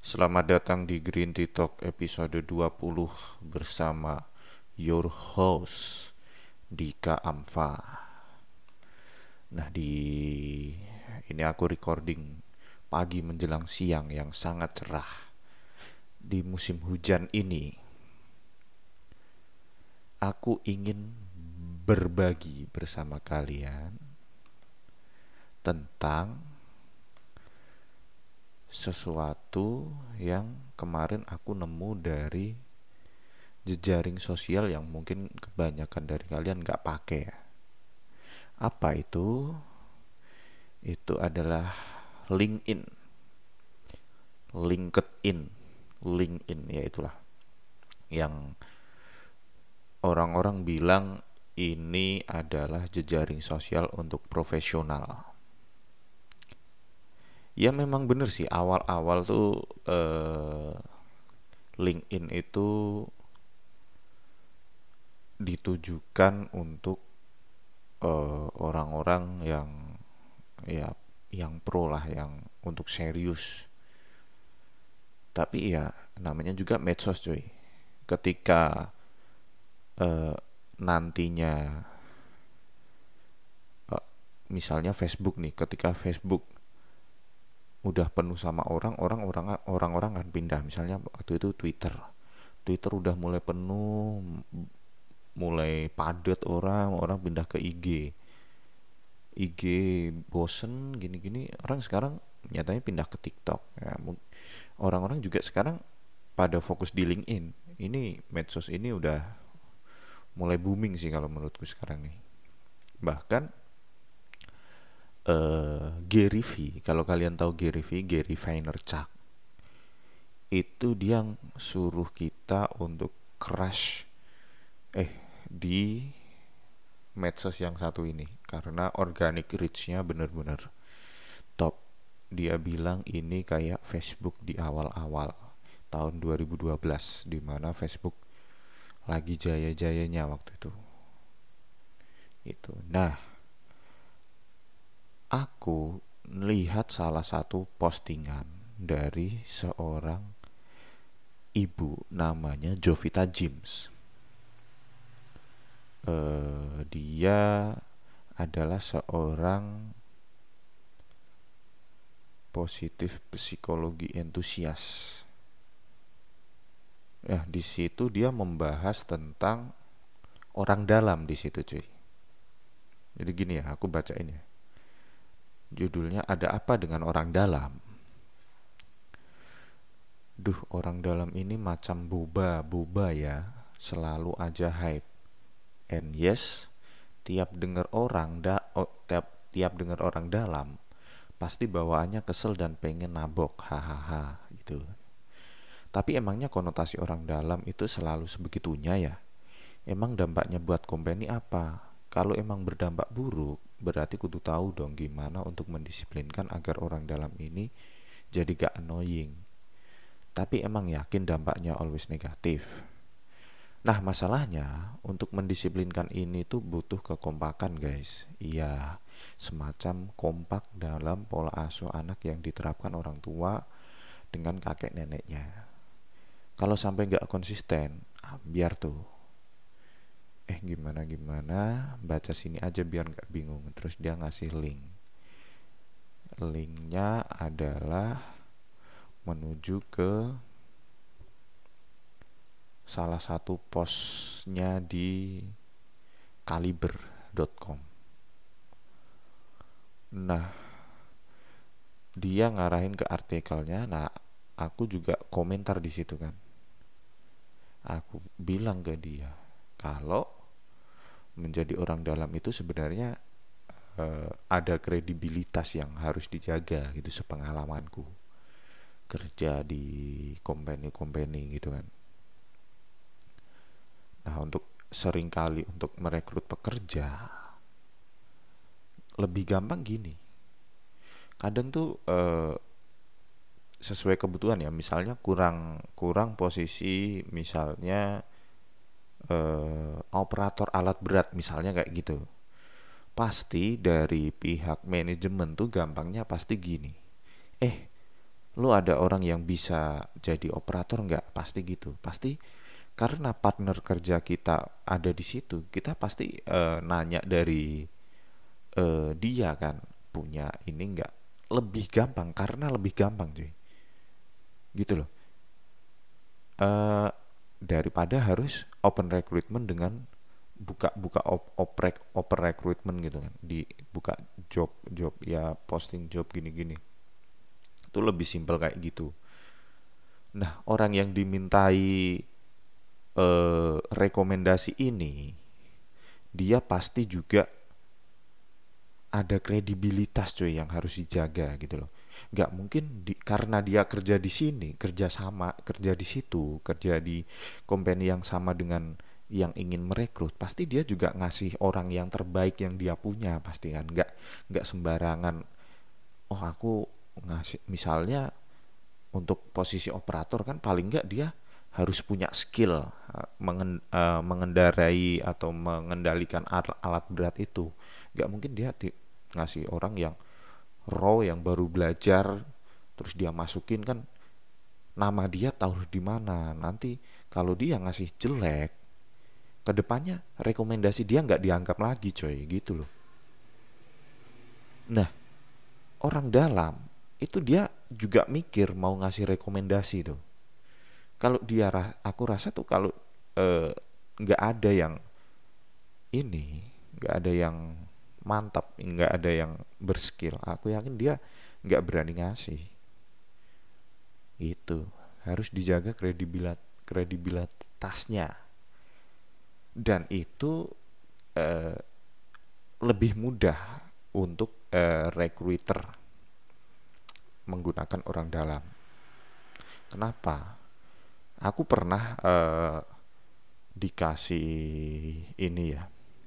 Selamat datang di Green Tea Talk episode 20 bersama your host Dika Amfa. Nah, ini aku recording pagi menjelang siang yang sangat cerah di musim hujan ini. Aku ingin berbagi bersama kalian tentang sesuatu yang kemarin aku nemu dari jejaring sosial yang mungkin kebanyakan dari kalian nggak pakai ya. Apa itu? Itu adalah LinkedIn. LinkedIn. LinkedIn ya itulah yang orang-orang bilang ini adalah jejaring sosial untuk profesional. Ya memang bener sih awal-awal tuh LinkedIn itu ditujukan untuk orang-orang yang ya yang pro lah, yang untuk serius. Tapi ya namanya juga medsos coy. Ketika eh, nantinya eh, misalnya Facebook nih, ketika Facebook udah penuh sama orang-orang akan pindah. Misalnya waktu itu Twitter udah mulai penuh, mulai padat, orang pindah ke IG bosen gini-gini, orang sekarang nyatanya pindah ke TikTok ya. Orang-orang juga sekarang pada fokus di LinkedIn. Ini medsos ini udah mulai booming sih kalau menurutku sekarang nih. Bahkan Gary V, kalau kalian tahu Gary V, Gary Vaynerchuk, itu dia yang suruh kita untuk crash di medsos yang satu ini karena organic reach-nya bener-bener top. Dia bilang ini kayak Facebook di awal-awal tahun 2012 di mana Facebook lagi jaya-jayanya waktu itu. Itu. Nah, aku lihat salah satu postingan dari seorang ibu namanya Jovita James. Dia adalah seorang positif psikologi entusias. Ya, di situ dia membahas tentang orang dalam di situ, cuy. Jadi gini ya, aku bacain ya. Judulnya ada apa dengan orang dalam? Duh, orang dalam ini macam boba ya, selalu aja hype. And yes, tiap dengar orang tiap dengar orang dalam, pasti bawaannya kesel dan pengen nabok, hahaha gitu. Tapi emangnya konotasi orang dalam itu selalu sebegitunya ya? Emang dampaknya buat company apa? Kalau emang berdampak buruk, berarti kudu tahu dong gimana untuk mendisiplinkan agar orang dalam ini jadi gak annoying. Tapi emang yakin dampaknya always negatif? Nah, masalahnya untuk mendisiplinkan ini tuh butuh kekompakan, guys. Iya, semacam kompak dalam pola asuh anak yang diterapkan orang tua dengan kakek neneknya. Kalau sampai nggak konsisten, biar tuh. Gimana baca sini aja biar nggak bingung. Terus dia ngasih link. Linknya adalah menuju ke salah satu postnya di kaliber.com. Nah, dia ngarahin ke artikelnya. Nah, aku juga komentar di situ kan. Aku bilang ke dia kalau menjadi orang dalam itu sebenarnya ada kredibilitas yang harus dijaga gitu, sepengalamanku kerja di company-company gitu kan. Nah, untuk seringkali untuk merekrut pekerja lebih gampang gini. Kadang tuh sesuai kebutuhan ya. Misalnya kurang posisi, misalnya operator alat berat misalnya kayak gitu. Pasti dari pihak manajemen tuh gampangnya pasti gini. Lu ada orang yang bisa jadi operator nggak? Pasti gitu. Pasti karena partner kerja kita ada di situ, kita pasti nanya dari dia kan, punya ini nggak? Lebih gampang karena lebih gampang cuy. Gitu loh. Eh, Daripada harus open recruitment dengan buka buka open recruitment gitu kan, di buka job job ya, posting job gini-gini, itu lebih simpel kayak gitu. Nah, orang yang dimintai rekomendasi ini, dia pasti juga ada kredibilitas cuy yang harus dijaga gitu loh. Nggak mungkin karena dia kerja di sini, kerja sama, kerja di situ, kerja di company yang sama dengan yang ingin merekrut, pasti dia juga ngasih orang yang terbaik yang dia punya pasti kan. Nggak sembarangan. Oh, aku ngasih misalnya untuk posisi operator kan, paling nggak dia harus punya skill mengendarai atau mengendalikan alat berat itu. Nggak mungkin dia ngasih orang yang raw, yang baru belajar, terus dia masukin kan, nama dia tahu di mana. Nanti kalau dia ngasih jelek, kedepannya rekomendasi dia nggak dianggap lagi coy, gitu loh. Nah, orang dalam itu dia juga mikir mau ngasih rekomendasi tuh. Kalau dia aku rasa tuh kalau eh, nggak ada yang ini, nggak ada yang mantap, nggak ada yang berskill, aku yakin dia nggak berani ngasih. Itu harus dijaga kredibilitasnya, dan itu eh, lebih mudah untuk recruiter menggunakan orang dalam. Kenapa? Aku pernah dikasih ini ya,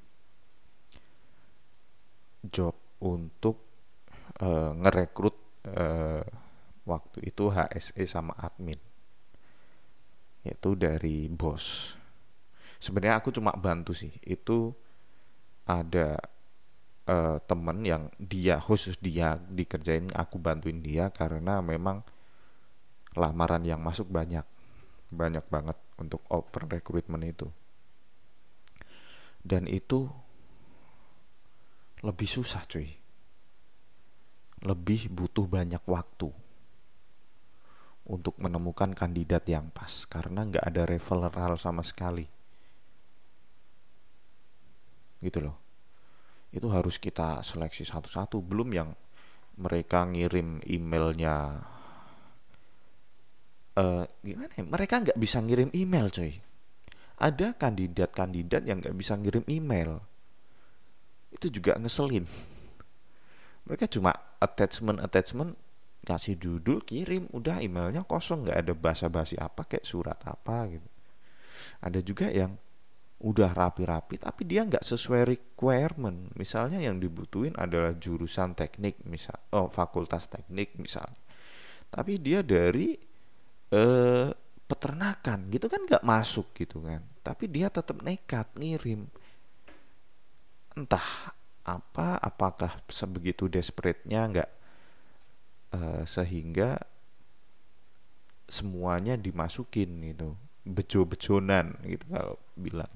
job untuk ngerekrut eh, waktu itu HSE sama admin, yaitu dari bos. Sebenarnya aku cuma bantu sih. Itu ada temen yang dia khusus dia dikerjain, aku bantuin dia karena memang lamaran yang masuk banyak, banyak banget untuk open recruitment itu. Dan itu lebih susah cuy, lebih butuh banyak waktu untuk menemukan kandidat yang pas karena nggak ada referral sama sekali, gitu loh. Itu harus kita seleksi satu-satu, belum yang mereka ngirim emailnya. Gimana ya, mereka nggak bisa ngirim email coy. Ada kandidat-kandidat yang nggak bisa ngirim email, itu juga ngeselin. Mereka cuma attachment kasih judul, kirim, udah emailnya kosong, nggak ada basa-basi apa kayak surat apa gitu. Ada juga yang udah rapi-rapi tapi dia nggak sesuai requirement, misalnya yang dibutuhin adalah jurusan teknik, misal fakultas teknik misalnya, tapi dia dari peternakan gitu kan, nggak masuk gitu kan, tapi dia tetap nekat ngirim. Entah apakah sebegitu desperate-nya nggak, sehingga semuanya dimasukin gitu, bejo-bejonan gitu kalau bilang.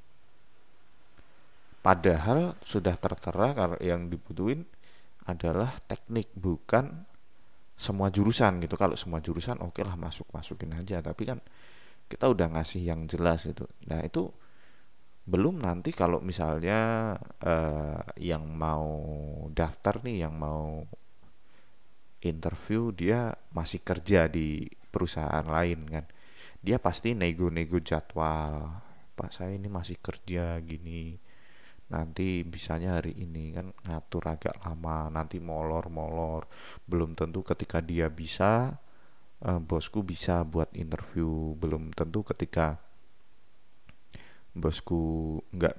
Padahal sudah tertera kalau yang dibutuhin adalah teknik, bukan semua jurusan gitu. Kalau semua jurusan oke lah, masukin aja, tapi kan kita udah ngasih yang jelas itu. Nah, itu belum nanti kalau misalnya yang mau daftar nih, yang mau interview, dia masih kerja di perusahaan lain kan, dia pasti nego-nego jadwal. Pak, saya ini masih kerja gini, nanti bisanya hari ini, kan ngatur agak lama, nanti molor-molor. Belum tentu ketika dia bisa, bosku bisa buat interview. Belum tentu ketika bosku nggak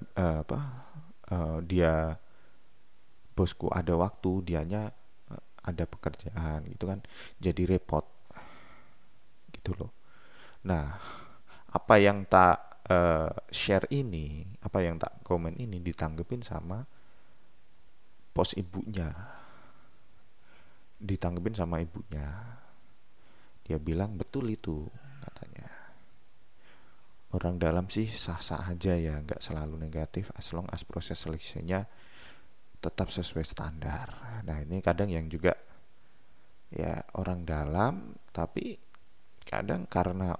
dia bosku ada waktu, dianya ada pekerjaan gitu kan, jadi repot gitu loh. Nah, apa yang tak share ini, apa yang tak komen ini ditanggepin sama ibunya, Dia bilang betul itu, katanya. Orang dalam sih sah-sah aja ya, nggak selalu negatif as long as proses seleksinya tetap sesuai standar. Nah ini kadang yang juga ya orang dalam, tapi kadang karena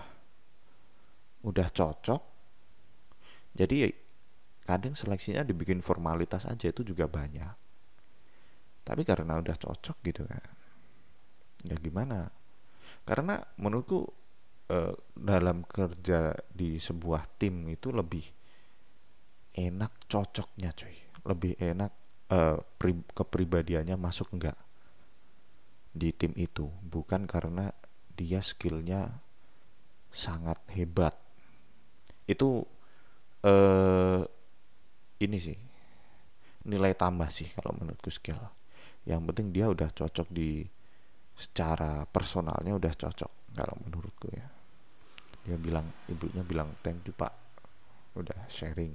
udah cocok, jadi kadang seleksinya dibikin formalitas aja, itu juga banyak. Tapi karena udah cocok gitu kan, ya gimana? Karena menurutku dalam kerja di sebuah tim itu lebih enak cocoknya cuy, lebih enak kepribadiannya masuk enggak di tim itu, bukan karena dia skillnya sangat hebat. Itu eh ini sih nilai tambah sih kalau menurutku, skill. Yang penting dia udah cocok di secara personalnya, udah cocok kalau menurutku ya. Dia bilang, ibunya bilang thank you pak, udah sharing.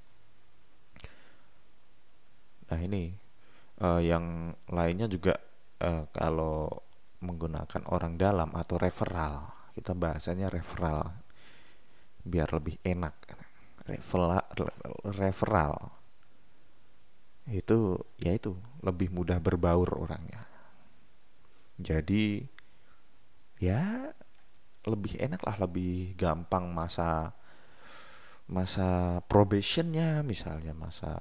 Nah ini yang lainnya juga kalau menggunakan orang dalam atau referral, kita bahasanya referral biar lebih enak. Referral itu ya itu lebih mudah berbaur orangnya, jadi ya lebih enak lah, lebih gampang masa masa probationnya misalnya, masa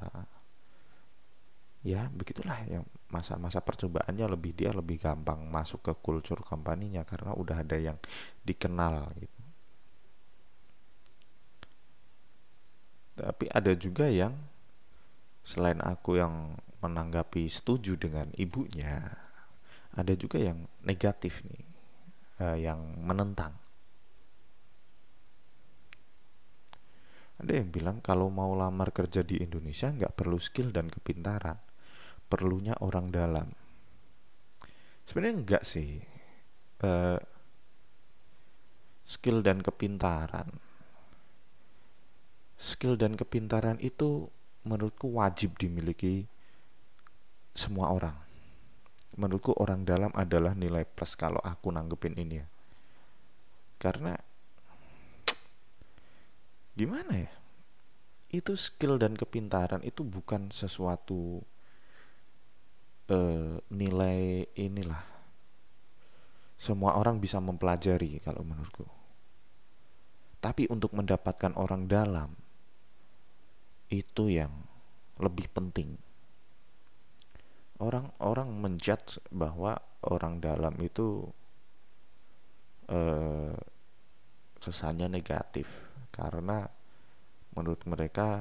ya begitulah yang masa-masa percobaannya, dia lebih gampang masuk ke kultur company-nya karena udah ada yang dikenal gitu. Tapi ada juga yang selain aku yang menanggapi setuju dengan ibunya, ada juga yang negatif nih, yang menentang. Ada yang bilang kalau mau lamar kerja di Indonesia nggak perlu skill dan kepintaran, perlunya orang dalam. Sebenarnya enggak sih. Eh, skill dan kepintaran. Skill dan kepintaran itu menurutku wajib dimiliki semua orang. Menurutku orang dalam adalah nilai plus kalau aku nanggepin ini ya. Karena gimana ya? Itu skill dan kepintaran itu bukan sesuatu nilai inilah. Semua orang bisa mempelajari kalau menurutku. Tapi untuk mendapatkan orang dalam itu yang lebih penting. Orang-orang menjudge bahwa orang dalam itu eh, kesannya negatif karena menurut mereka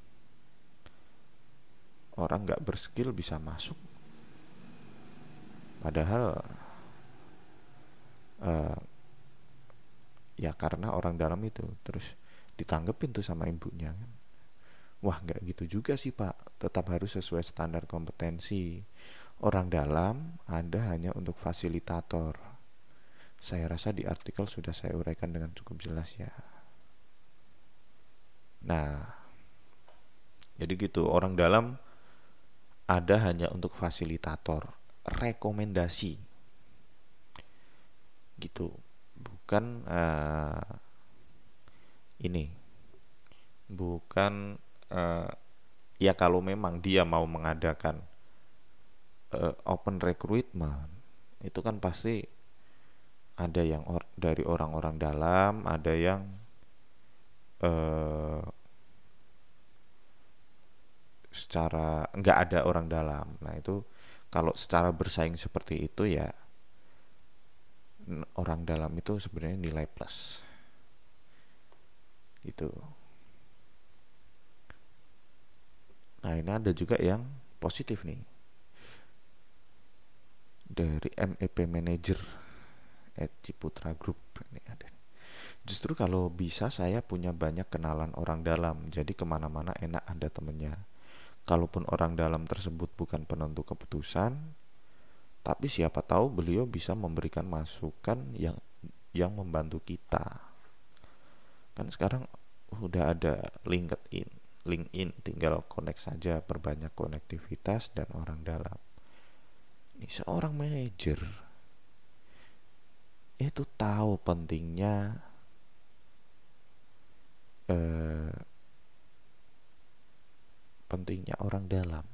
orang nggak berskill bisa masuk, padahal eh, ya karena orang dalam itu. Terus ditanggepin tuh sama ibunya kan, wah nggak gitu juga sih pak, tetap harus sesuai standar kompetensi. Orang dalam ada hanya untuk fasilitator. Saya rasa di artikel sudah saya uraikan dengan cukup jelas ya. Nah jadi gitu, orang dalam ada hanya untuk fasilitator, rekomendasi gitu, bukan ini, bukan ya kalau memang dia mau mengadakan open recruitment itu kan pasti ada yang dari orang-orang dalam, ada yang eh, secara nggak ada orang dalam. Nah itu kalau secara bersaing seperti itu ya orang dalam itu sebenarnya nilai plus gitu. Nah ini ada juga yang positif nih dari MEP Manager @ciputra Group ini ada. Justru kalau bisa saya punya banyak kenalan orang dalam, jadi kemana-mana enak ada temennya. Kalaupun orang dalam tersebut bukan penentu keputusan, tapi siapa tahu beliau bisa memberikan masukan yang membantu kita. Kan sekarang udah ada LinkedIn, tinggal connect saja, perbanyak konektivitas dan orang dalam. Ini seorang manajer itu tahu eh, pentingnya orang dalam,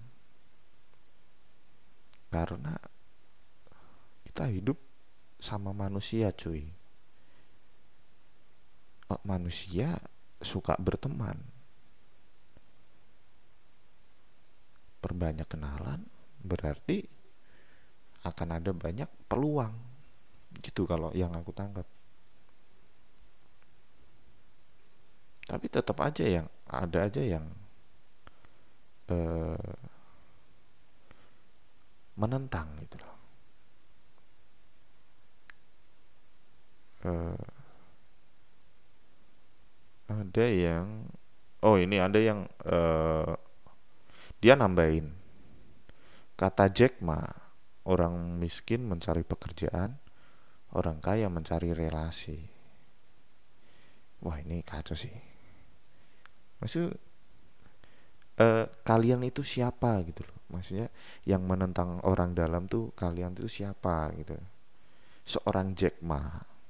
karena kita hidup sama manusia cuy. Manusia suka berteman, perbanyak kenalan berarti akan ada banyak peluang, gitu kalau yang aku tangkap. Tapi tetap aja yang ada aja yang eh, menentang gitu loh. Eh, ada yang, oh ini ada yang dia nambahin kata Jack Ma, orang miskin mencari pekerjaan, orang kaya mencari relasi. Wah ini kacau sih. Maksud kalian itu siapa gitu loh. Maksudnya yang menentang orang dalam tuh kalian itu siapa gitu. Seorang Jack Ma,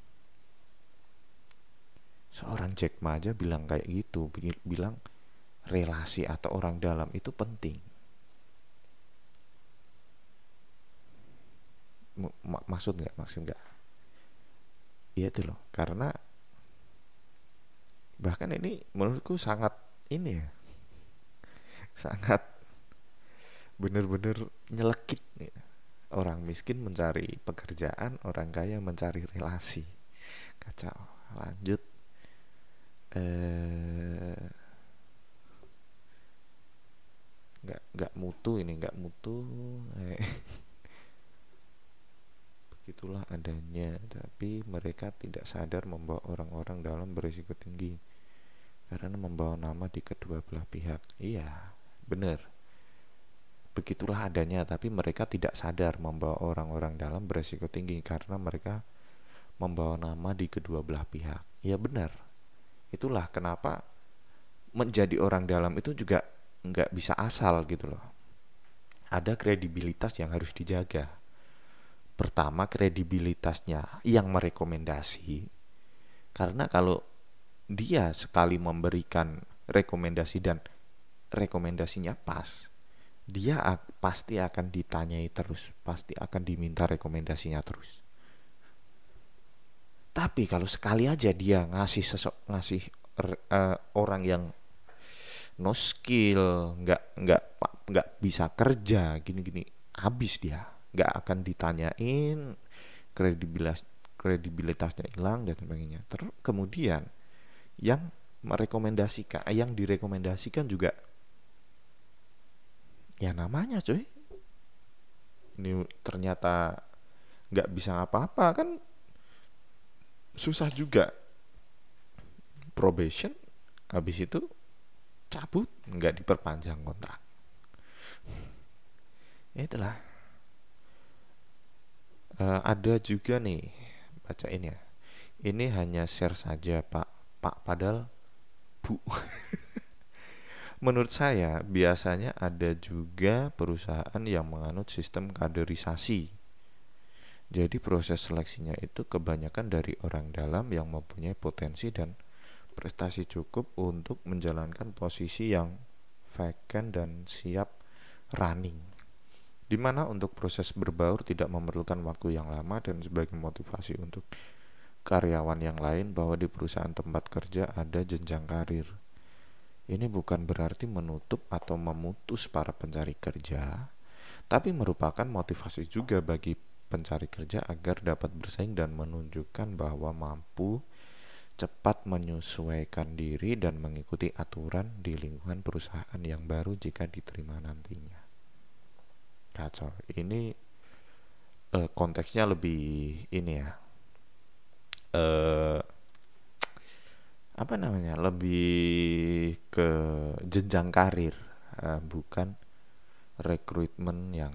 seorang Jack Ma aja bilang kayak gitu, bilang relasi atau orang dalam itu penting. Maksud nggak? Maksud nggak? Iya itu loh. Karena bahkan ini menurutku sangat ini ya, sangat bener-bener nyelekit nih. Orang miskin mencari pekerjaan, orang kaya mencari relasi. Kacau. Lanjut. Eh, nggak mutu ini, nggak mutu. Eh, Begitulah adanya, tapi mereka tidak sadar membawa orang-orang dalam berisiko tinggi karena membawa nama di kedua belah pihak. Iya, benar. Begitulah adanya, tapi mereka tidak sadar membawa orang-orang dalam berisiko tinggi karena mereka membawa nama di kedua belah pihak. Iya benar. Itulah kenapa menjadi orang dalam itu juga nggak bisa asal gitu loh. Ada kredibilitas yang harus dijaga. Pertama, kredibilitasnya yang merekomendasi, karena kalau dia sekali memberikan rekomendasi dan rekomendasinya pas, dia pasti akan ditanyai terus, pasti akan diminta rekomendasinya terus. Tapi kalau sekali aja dia ngasih orang yang no skill, nggak bisa kerja, gini-gini, habis dia, nggak akan ditanyain, kredibilitas kredibilitasnya hilang dan sebagainya. Terus kemudian yang merekomendasikan, yang direkomendasikan juga ya namanya cuy, ini ternyata nggak bisa apa-apa kan, susah juga. Probation, habis itu cabut, nggak diperpanjang kontrak. Ya itulah. Ada juga nih, bacain ya, ini hanya share saja pak, padahal bu. Menurut saya biasanya ada juga perusahaan yang menganut sistem kaderisasi. Jadi proses seleksinya itu kebanyakan dari orang dalam yang mempunyai potensi dan prestasi cukup untuk menjalankan posisi yang vacant dan siap running. Di mana untuk proses berbaur tidak memerlukan waktu yang lama dan sebagai motivasi untuk karyawan yang lain bahwa di perusahaan tempat kerja ada jenjang karir. Ini bukan berarti menutup atau memutus para pencari kerja, tapi merupakan motivasi juga bagi pencari kerja agar dapat bersaing dan menunjukkan bahwa mampu cepat menyesuaikan diri dan mengikuti aturan di lingkungan perusahaan yang baru jika diterima nantinya. Kacau. Ini konteksnya lebih ini ya. Eh Apa namanya? Lebih ke jenjang karir, bukan rekrutmen yang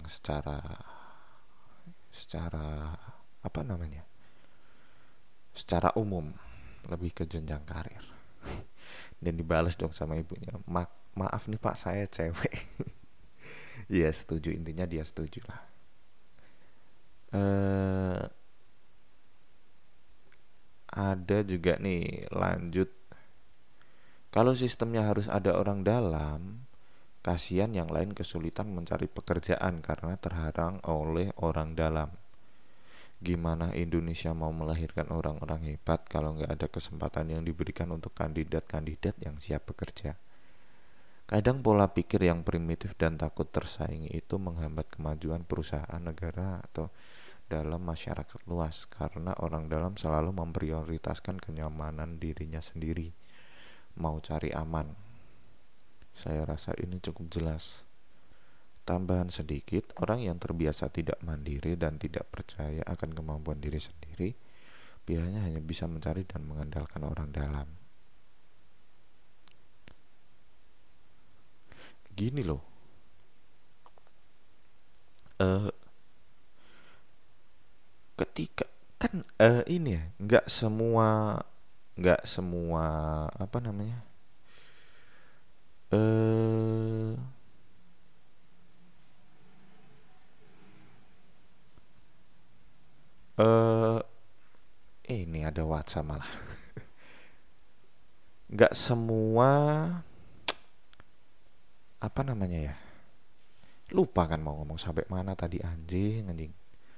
secara apa namanya? Secara umum, lebih ke jenjang karir. Dan dibalas dong sama ibunya. Maaf nih Pak, saya cewek. Iya setuju, intinya dia setuju lah. eh ada juga nih, lanjut. Kalau sistemnya harus ada orang dalam, kasihan yang lain kesulitan mencari pekerjaan karena terhalang oleh orang dalam. Gimana Indonesia mau melahirkan orang-orang hebat kalau nggak ada kesempatan yang diberikan untuk kandidat-kandidat yang siap bekerja? Kadang pola pikir yang primitif dan takut tersaingi itu menghambat kemajuan perusahaan, negara, atau dalam masyarakat luas, karena orang dalam selalu memprioritaskan kenyamanan dirinya sendiri, mau cari aman. Saya rasa ini cukup jelas. Tambahan sedikit, orang yang terbiasa tidak mandiri dan tidak percaya akan kemampuan diri sendiri, biasanya hanya bisa mencari dan mengandalkan orang dalam. Gini loh, eh ketika kan ini ya, nggak semua apa namanya, eh eh ini ada WhatsApp malah. Nggak semua apa namanya ya, lupa kan mau ngomong sampai mana tadi, anjing.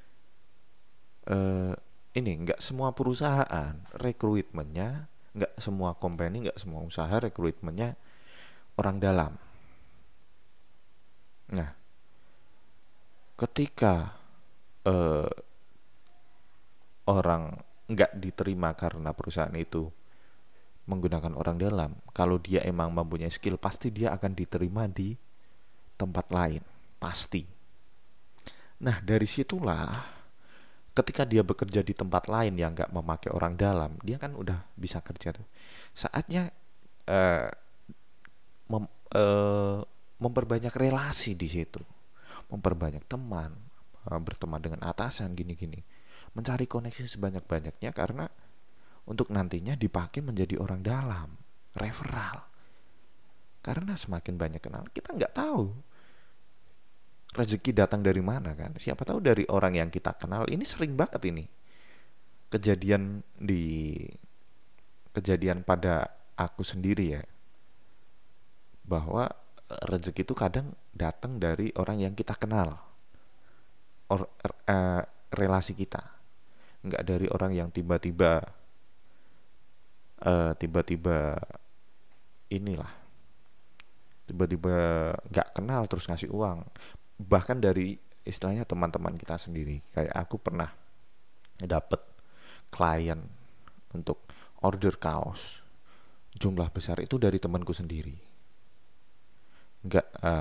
eh ini nggak semua perusahaan rekrutmennya, nggak semua company, nggak semua usaha rekrutmennya orang dalam. Nah, ketika eh, orang nggak diterima karena perusahaan itu menggunakan orang dalam, kalau dia emang mempunyai skill, pasti dia akan diterima di tempat lain, pasti. Nah, dari situlah ketika dia bekerja di tempat lain yang nggak memakai orang dalam, dia kan udah bisa kerja tuh. Saatnya eh, mem- eh, memperbanyak relasi di situ, memperbanyak teman, berteman dengan atasan, gini-gini, mencari koneksi sebanyak-banyaknya, karena untuk nantinya dipakai menjadi orang dalam, referral. Karena semakin banyak kenal, kita nggak tahu rezeki datang dari mana kan. Siapa tahu dari orang yang kita kenal. Ini sering banget ini kejadian di kejadian pada aku sendiri ya, bahwa rezeki itu kadang datang dari orang yang kita kenal, or, uh, relasi kita, nggak dari orang yang tiba-tiba inilah, tiba-tiba nggak kenal terus ngasih uang. Bahkan dari istilahnya teman-teman kita sendiri, kayak aku pernah dapet klien untuk order kaos jumlah besar, itu dari temanku sendiri, nggak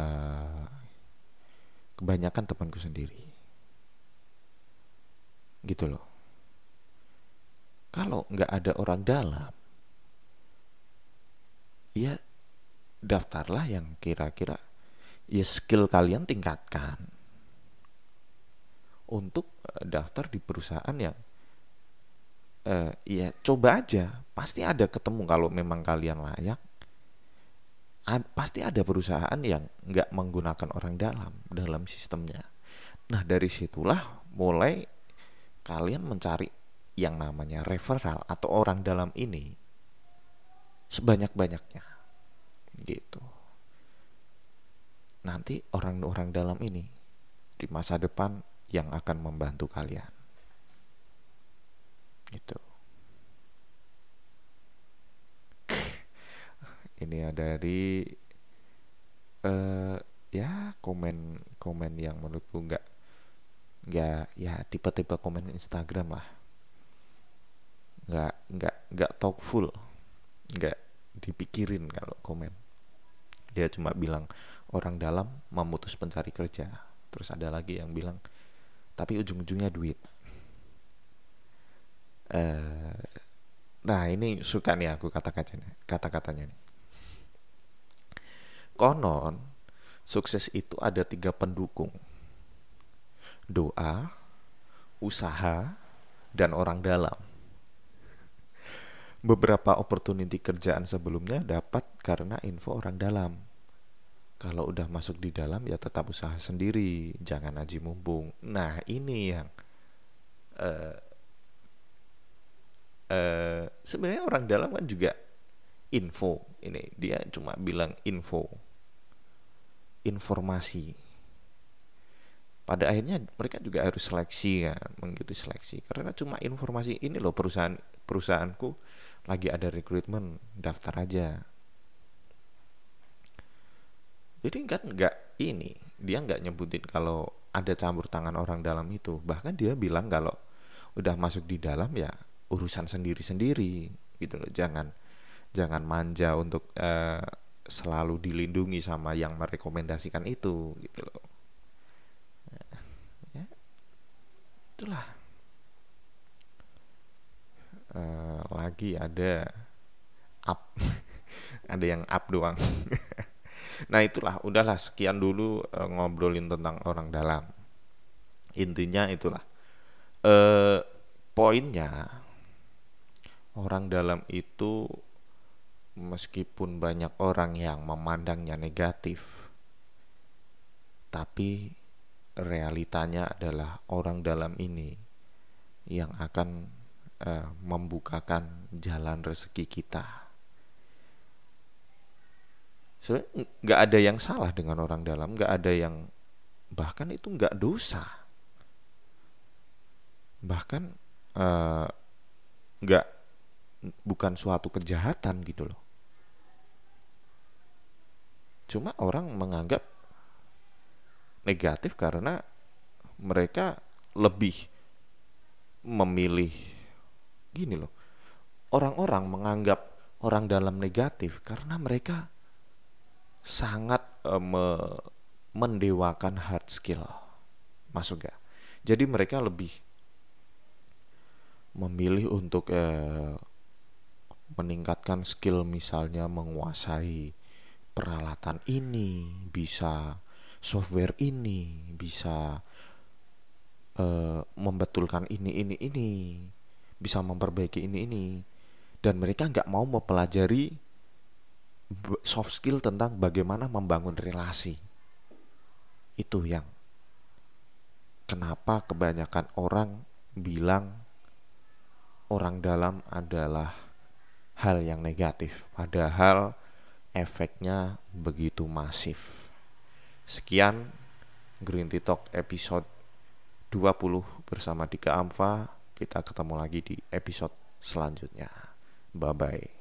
kebanyakan temanku sendiri, gitu loh. Kalau nggak ada orang dalam, ya daftarlah yang kira-kira ya skill kalian tingkatkan untuk daftar di perusahaan yang ya coba aja, pasti ada ketemu. Kalau memang kalian layak, pasti ada perusahaan yang nggak menggunakan orang dalam sistemnya. Nah, dari situlah mulai kalian mencari yang namanya referral atau orang dalam ini sebanyak-banyaknya, gitu. Nanti orang-orang dalam ini di masa depan yang akan membantu kalian, gitu. Ini ada dari ya komen-komen yang menurutku nggak ya, tipe-tipe komen Instagram lah, nggak thoughtful, nggak dipikirin kalau komen. Dia cuma bilang orang dalam memutus pencari kerja, terus ada lagi yang bilang tapi ujung-ujungnya duit. Nah, ini suka nih aku kata-katanya nih. Konon sukses itu ada 3 pendukung: doa, usaha, dan orang dalam. Beberapa opportunity kerjaan sebelumnya dapat karena info orang dalam. Kalau udah masuk di dalam ya tetap usaha sendiri, jangan aji mumpung. Nah, ini yang Sebenarnya orang dalam kan juga info. Ini dia cuma bilang info, informasi. Pada akhirnya mereka juga harus seleksi kan, mengikuti seleksi. Karena cuma informasi ini loh, perusahaanku lagi ada rekrutmen, daftar aja. Jadi kan nggak ini, dia nggak nyebutin kalau ada campur tangan orang dalam itu. Bahkan dia bilang kalau udah masuk di dalam ya urusan sendiri-sendiri gitu loh. Jangan jangan manja untuk selalu dilindungi sama yang merekomendasikan itu gitu loh. Ya, itulah. Lagi ada up, ada yang up doang. Nah itulah, udahlah sekian dulu ngobrolin tentang orang dalam. Intinya itulah. Eh Poinnya, orang dalam itu meskipun banyak orang yang memandangnya negatif, tapi realitanya adalah orang dalam ini yang akan membukakan jalan rezeki kita. Sebenarnya nggak ada yang salah dengan orang dalam, nggak ada yang, bahkan itu nggak dosa, bahkan eh, nggak, bukan suatu kejahatan gitu loh. Cuma orang menganggap negatif karena mereka lebih memilih, gini loh, orang-orang menganggap orang dalam negatif karena mereka sangat mendewakan hard skill, masuk gak? Jadi mereka lebih memilih untuk meningkatkan skill, misalnya menguasai peralatan ini, bisa software ini, bisa membetulkan ini, bisa memperbaiki ini, dan mereka nggak mau mempelajari soft skill tentang bagaimana membangun relasi. Itu yang kenapa kebanyakan orang bilang orang dalam adalah hal yang negatif, padahal efeknya begitu masif. Sekian Green Tea Talk episode 20 bersama Dika Amfa. Kita ketemu lagi di episode selanjutnya. Bye bye.